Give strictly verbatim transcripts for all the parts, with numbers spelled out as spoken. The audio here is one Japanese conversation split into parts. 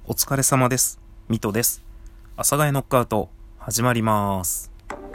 お疲れ様です。ミトです。阿佐ヶ谷ノックアウト始まります。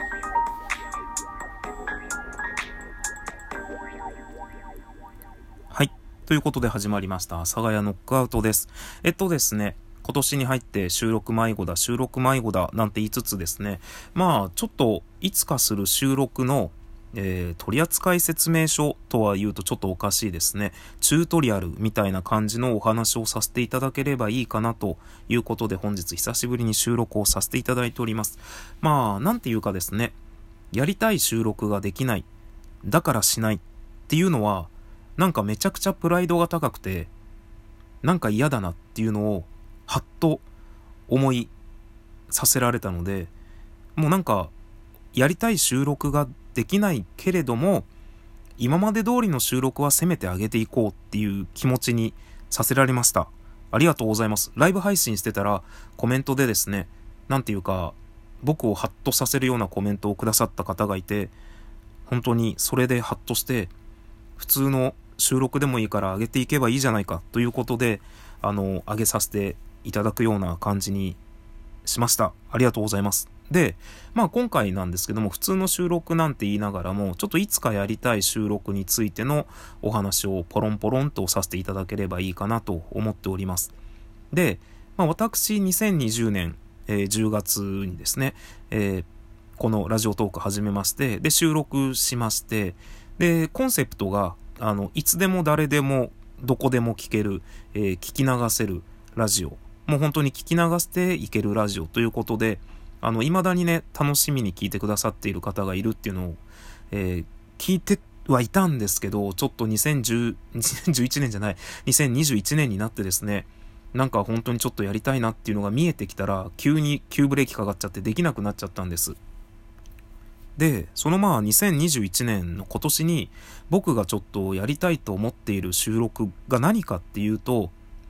はい。ということで始まりました。阿佐ヶ谷ノックアウトです。えっとですね、今年に入って収録迷子だ、収録迷子だなんて言いつつですね、まあちょっといつかする収録のえー、取扱説明書とは言うとちょっとおかしいですね。チュートリアルみたいな感じのお話をさせていただければいいかなということで本日久しぶりに収録をさせていただいております。まあ、なんていうかですね、やりたい収録ができない、だからしないっていうのは、なんかめちゃくちゃプライドが高くて、なんか嫌だなっていうのを、はっと思いさせられたので、もうなんか、やりたい収録ができないけれども、今まで通りの収録はせめて上げていこうっていう気持ちにさせられました。ありがとうございます。ライブ配信してたらコメントでですね、なんていうか、僕をハッとさせるようなコメントをくださった方がいて、本当にそれでハッとして、普通の収録でもいいから上げていけばいいじゃないかということで、あの、上げさせていただくような感じにしました。ありがとうございます。で、まあ今回なんですけども、普通の収録なんて言いながらも、ちょっといつかやりたい収録についてのお話をポロンポロンとさせていただければいいかなと思っております。で、まあ、私にせんにじゅうねん、えー、じゅうがつにですね、えー、このラジオトーク始めまして、で、収録しまして、で、コンセプトが、あの、いつでも誰でもどこでも聞ける、えー、聞き流せるラジオ。もう本当に聞き流していけるラジオということで、あの、未だにね、楽しみに聞いてくださっている方がいるっていうのを、えー、聞いてはいたんですけど、ちょっとにせんじゅう、にせんじゅういちねんじゃない、にせんにじゅういちねんになってですね、なんか本当にちょっとやりたいなっていうのが見えてきたら、急に急ブレーキかかっちゃってできなくなっちゃったんです。で、そのまあにせんにじゅういちねんの今年に僕がちょっとやりたいと思っている収録が何かっていうと、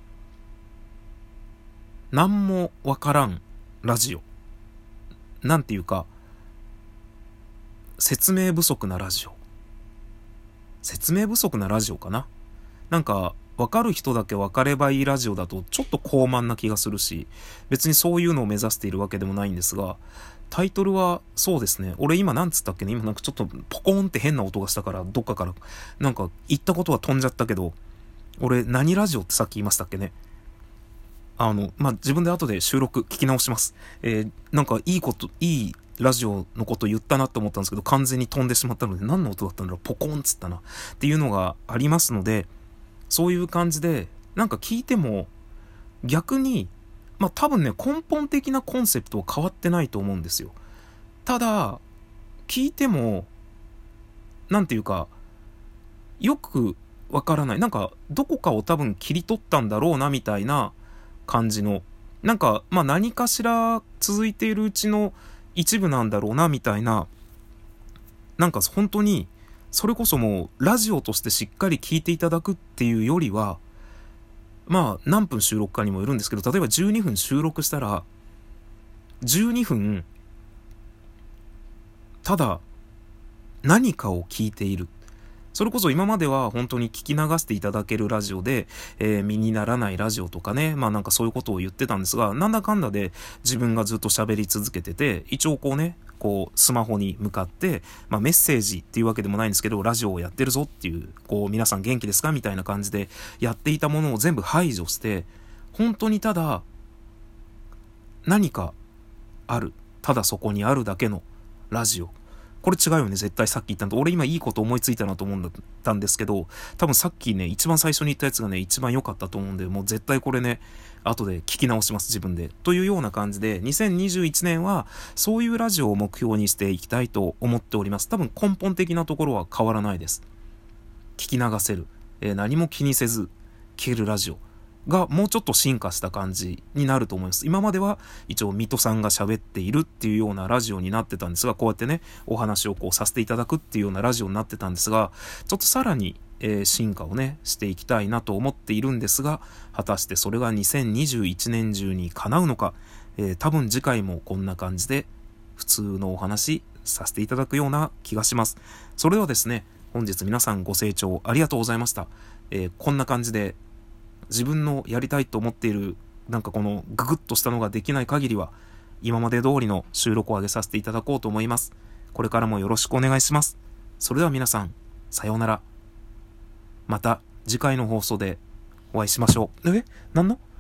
なんもわからんラジオ。なんていうか、説明不足なラジオ。説明不足なラジオかな。なんか、わかる人だけわかればいいラジオだとちょっと高慢な気がするし、別にそういうのを目指しているわけでもないんですが、タイトルはそうですね。俺今なんつったっけね、今なんかちょっとポコーンって変な音がしたから、どっかから、なんか言ったことは飛んじゃったけど、俺何ラジオってさっき言いましたっけね。あの、まあ、自分で後で収録聞き直します。えー、なんかいいこと、いいラジオのこと言ったなと思ったんですけど、完全に飛んでしまったので、何の音だったんだろう、ポコーンっつったな。っていうのがありますので、そういう感じで、なんか聞いても、逆に、まあ、多分ね、根本的なコンセプトは変わってないと思うんですよ。ただ、聞いても、なんていうか、よくわからない。なんか、どこかを多分切り取ったんだろうな、みたいな感じの。なんか、まあ、何かしら続いているうちの一部なんだろうな、みたいな。なんか本当に、それこそもう、ラジオとしてしっかり聞いていただくっていうよりは、まあ、何分収録かにもよるんですけど、例えばじゅうにふん収録したら、じゅうにふん、ただ、何かを聞いている。それこそ今までは本当に聞き流していただけるラジオで、えー、身にならないラジオとかね、まあなんかそういうことを言ってたんですが、なんだかんだで自分がずっと喋り続けてて、一応こうね、こうスマホに向かって、まあメッセージっていうわけでもないんですけど、ラジオをやってるぞっていう、こう皆さん元気ですかみたいな感じでやっていたものを全部排除して、本当にただ何かある。ただそこにあるだけのラジオ。これ違うよね、絶対さっき言ったのと。俺今いいこと思いついたなと思ったんですけど、多分さっきね、一番最初に言ったやつがね、一番良かったと思うんで、もう絶対これね、後で聞き直します、自分で。というような感じで、にせんにじゅういちねんは、そういうラジオを目標にしていきたいと思っております。多分根本的なところは変わらないです。聞き流せる。えー、何も気にせず、聞けるラジオ。がもうちょっと進化した感じになると思います。今までは一応水戸さんが喋っているっていうようなラジオになってたんですが、こうやってね、お話をこうさせていただくっていうようなラジオになってたんですが、ちょっとさらに、えー、進化をね、していきたいなと思っているんですが、果たしてそれがにせんにじゅういちねん中に叶うのか、えー、多分次回もこんな感じで普通のお話させていただくような気がします。それではですね、本日皆さんご清聴ありがとうございました。えー、こんな感じで自分のやりたいと思っているなんかこのググッとしたのができない限りは、今まで通りの収録を上げさせていただこうと思います。これからもよろしくお願いします。それでは皆さん、さようなら。また次回の放送でお会いしましょう。え？何の